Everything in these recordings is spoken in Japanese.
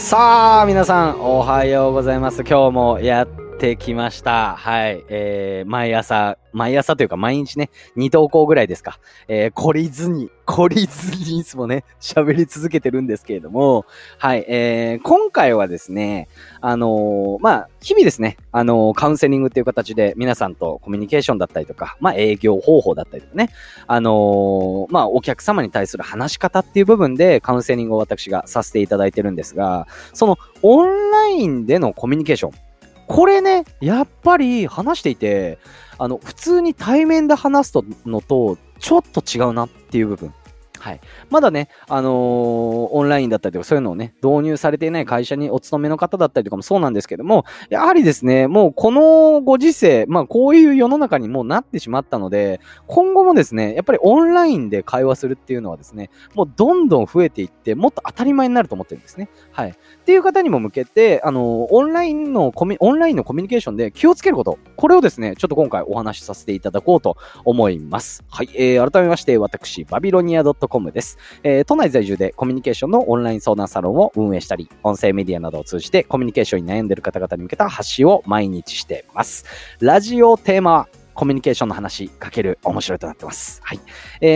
さあ、皆さん、おはようございます。今日もやってきました。はい。毎朝というか毎日ね、2投稿ぐらいですか。懲りずにいつもね、喋り続けてるんですけれども、はい。今回はですね、日々ですね、カウンセリングっていう形で皆さんとコミュニケーションだったりとか、営業方法だったりとかね、お客様に対する話し方っていう部分でカウンセリングを私がさせていただいてるんですが、そのオンラインでのコミュニケーション、これね、やっぱり話していて、普通に対面で話すのと、ちょっと違うなっていう部分。はい。まだね、オンラインだったりとかそういうのをね、導入されていない会社にお勤めの方だったりとかもそうなんですけども、やはりですね、もうこのご時世、こういう世の中にもうなってしまったので、今後もですね、やっぱりオンラインで会話するっていうのはですね、もうどんどん増えていって、もっと当たり前になると思ってるんですね。はい。っていう方にも向けて、オンラインのコミュニケーションで気をつけること、これをですね、ちょっと今回お話しさせていただこうと思います。はい。改めまして、私、バビロニア .com です。都内在住でコミュニケーションのオンライン相談サロンを運営したり、音声メディアなどを通じてコミュニケーションに悩んでいる方々に向けた発信を毎日しています。ラジオテーマは、コミュニケーションの話かける面白いとなってます。はい。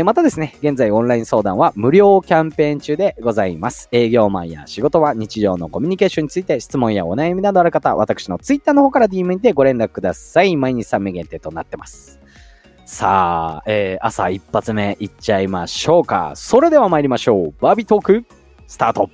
またですね、現在オンライン相談は無料キャンペーン中でございます。営業マンや仕事は日常のコミュニケーションについて質問やお悩みなどある方、私のツイッターの方から DM にてご連絡ください。毎日3名限定となってます。さあ、朝一発目いっちゃいましょうか。それでは参りましょう。バービートーク、スタート。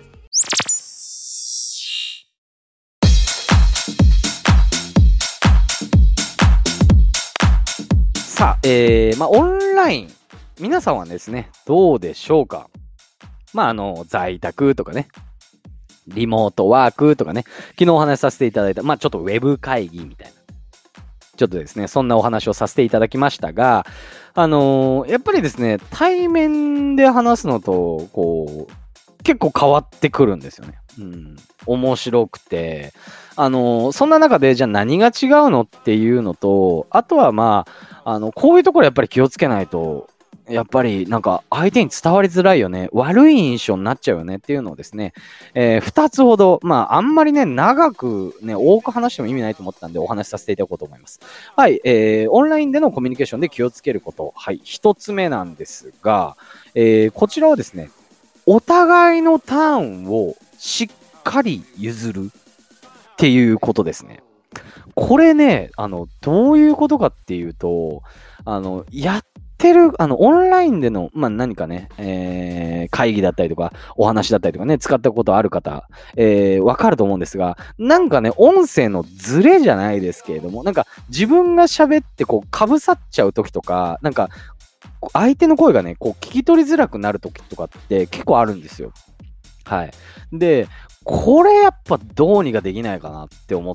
さあ、オンライン、皆さんはですね、どうでしょうか。在宅とかね、リモートワークとかね、昨日お話しさせていただいた、ちょっとウェブ会議みたいな。ちょっとですね、そんなお話をさせていただきましたが、やっぱりですね、対面で話すのと、結構変わってくるんですよね。面白くて、そんな中で、じゃあ何が違うのっていうのと、あとはこういうところやっぱり気をつけないと、やっぱりなんか相手に伝わりづらいよね、悪い印象になっちゃうよねっていうのをですね、2つほど、あんまりね、長くね、多く話しても意味ないと思ったんでお話しさせていただこうと思います。はい、オンラインでのコミュニケーションで気をつけること。はい、1つ目なんですが、こちらはですね、お互いのターンをしっかり譲るっていうことですね。これね、どういうことかっていうと、やってる、オンラインでの、何かね、会議だったりとか、お話だったりとかね、使ったことある方、わかると思うんですが、なんかね、音声のズレじゃないですけれども、なんか自分が喋って被さっちゃう時とか、なんか、相手の声がね、聞き取りづらくなる時とかって結構あるんですよ。はい。で、これやっぱどうにかできないかなって思って、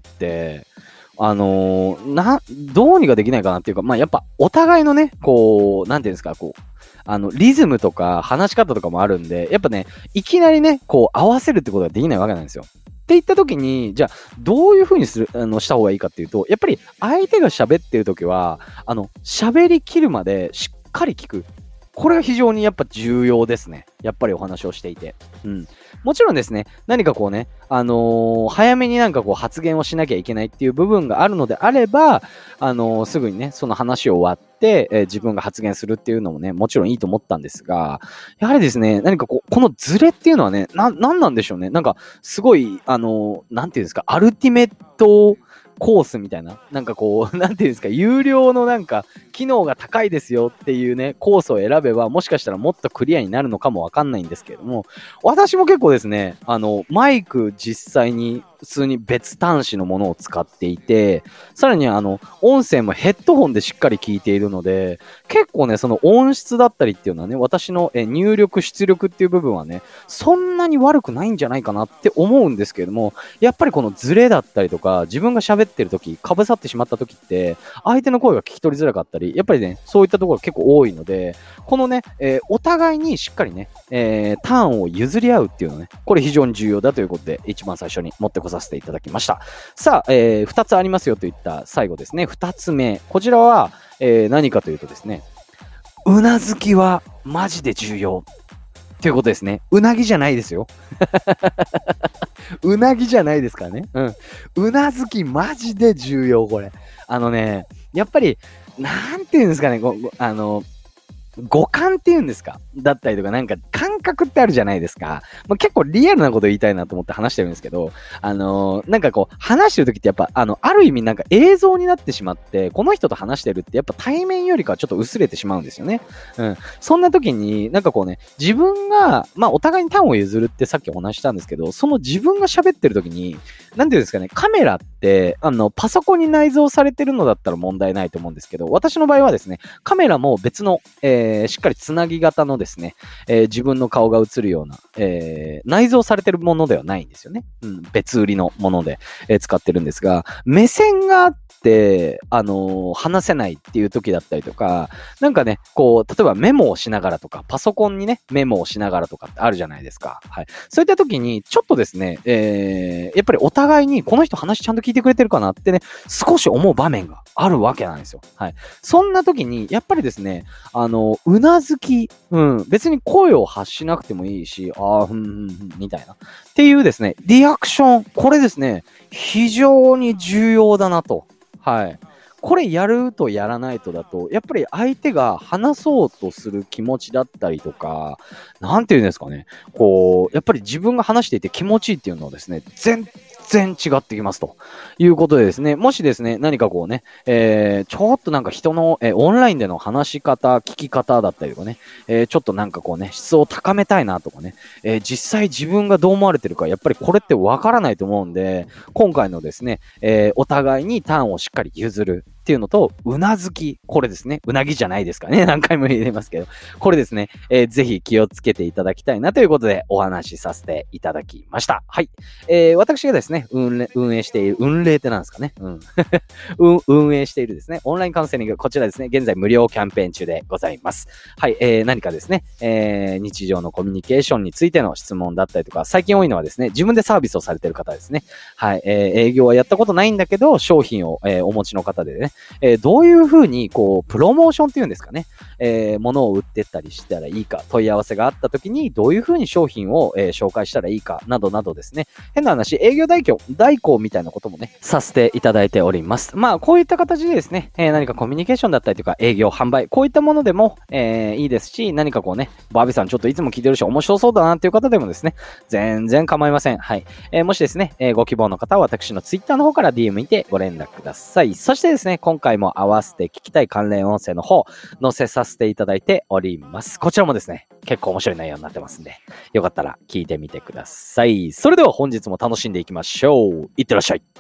どうにかできないかなっていうか、やっぱお互いのね、なんていうんですか、リズムとか話し方とかもあるんで、やっぱね、いきなりね、合わせるってことができないわけなんですよ。って言った時に、じゃあ、どういう風にした方がいいかっていうと、やっぱり相手が喋ってる時は、喋り切るまでしっかり聞く。これが非常にやっぱ重要ですね。やっぱりお話をしていて。もちろんですね、何か早めに発言をしなきゃいけないっていう部分があるのであれば、すぐにね、その話を終わって、自分が発言するっていうのもね、もちろんいいと思ったんですが、やはりですね、何かこのズレっていうのはね、なんなんでしょうね。なんか、すごい、なんていうんですか、アルティメット、コースみたいな、なんていうんですか、有料の機能が高いですよっていうね、コースを選べば、もしかしたらもっとクリアになるのかもわかんないんですけれども、私も結構ですね、マイク実際に普通に別端子のものを使っていて、さらに音声もヘッドホンでしっかり聞いているので、結構ね、その音質だったりっていうのはね、私の入力、出力っていう部分はね、そんなに悪くないんじゃないかなって思うんですけれども、やっぱりこのズレだったりとか、自分が喋ってる時、被さってしまった時って、相手の声が聞き取りづらかったり、やっぱりね、そういったところが結構多いので、このね、お互いにしっかりね、ターンを譲り合うっていうのね、これ非常に重要だということで、一番最初に持ってこさせていただきました。さあ、2つありますよといった最後ですね、2つ目。こちらは、何かというとですね、うなずきはマジで重要っということですね。うなぎじゃないですよ。うなぎじゃないですからね。うなずきマジで重要、これ。やっぱり、なんていうんですかね、五感っていうんですかだったりとか、なんか感覚ってあるじゃないですか。結構リアルなこと言いたいなと思って話してるんですけど、なんかこう、話してる時ってやっぱ、ある意味なんか映像になってしまって、この人と話してるってやっぱ対面よりかはちょっと薄れてしまうんですよね。そんな時に、なんかこうね、自分が、お互いに端を譲るってさっきお話したんですけど、その自分が喋ってる時に、なんていうんですかね、カメラって、パソコンに内蔵されてるのだったら問題ないと思うんですけど、私の場合はですね、カメラも別の、しっかりつなぎ型のですね、自分の顔が映るような、内蔵されてるものではないんですよね。別売りのもので、使ってるんですが、目線があって、話せないっていう時だったりとか、なんかね、こう、例えばメモをしながらとか、パソコンにね、メモをしながらとかってあるじゃないですか。はい。そういった時に、ちょっとですね、やっぱりお互いにこの人話ちゃんと聞いてくれてるかなってね、少し思う場面があるわけなんですよ。はい。そんな時に、やっぱりですね、うなずき、別に声を発しなくてもいいし、みたいな。っていうですね、リアクション、これですね、非常に重要だなと。はい。これやるとやらないとだと、やっぱり相手が話そうとする気持ちだったりとか、なんていうんですかね、こう、やっぱり自分が話していて気持ちいいっていうのはですね、全然違ってきますということでですね、もしですね、何かこうね、ちょっとなんか人の、オンラインでの話し方、聞き方だったりとかね、ちょっとなんかこうね、質を高めたいなとかね、実際自分がどう思われてるか、やっぱりこれってわからないと思うんで、今回のですね、お互いにターンをしっかり譲るっていうのと、うなずき、これですね、うなぎじゃないですかね、何回も言いますけど、これですね、ぜひ気をつけていただきたいなということでお話しさせていただきました。はい。私がですね、運営している、運営ってなんですかね、運営しているですね、オンラインカウンセリング、こちらですね、現在無料キャンペーン中でございます。はい。何かですね、日常のコミュニケーションについての質問だったりとか、最近多いのはですね、自分でサービスをされている方ですね。はい。営業はやったことないんだけど、商品を、お持ちの方でね、どういうふうに、こう、プロモーションっていうんですかね、物を売ってったりしたらいいか、問い合わせがあった時に、どういうふうに商品を、紹介したらいいか、などなどですね、変な話、営業代行みたいなこともね、させていただいております。こういった形でですね、何かコミュニケーションだったりとか、営業、販売、こういったものでも、いいですし、何かこうね、バービーさんちょっといつも聞いてるし、面白そうだなっていう方でもですね、全然構いません。はい。もしですね、ご希望の方は私のツイッターの方から DM にてご連絡ください。そしてですね、今回も合わせて聞きたい関連音声の方、載せさせていただいております。こちらもですね、結構面白い内容になってますんで、よかったら聞いてみてください。それでは本日も楽しんでいきましょう。いってらっしゃい。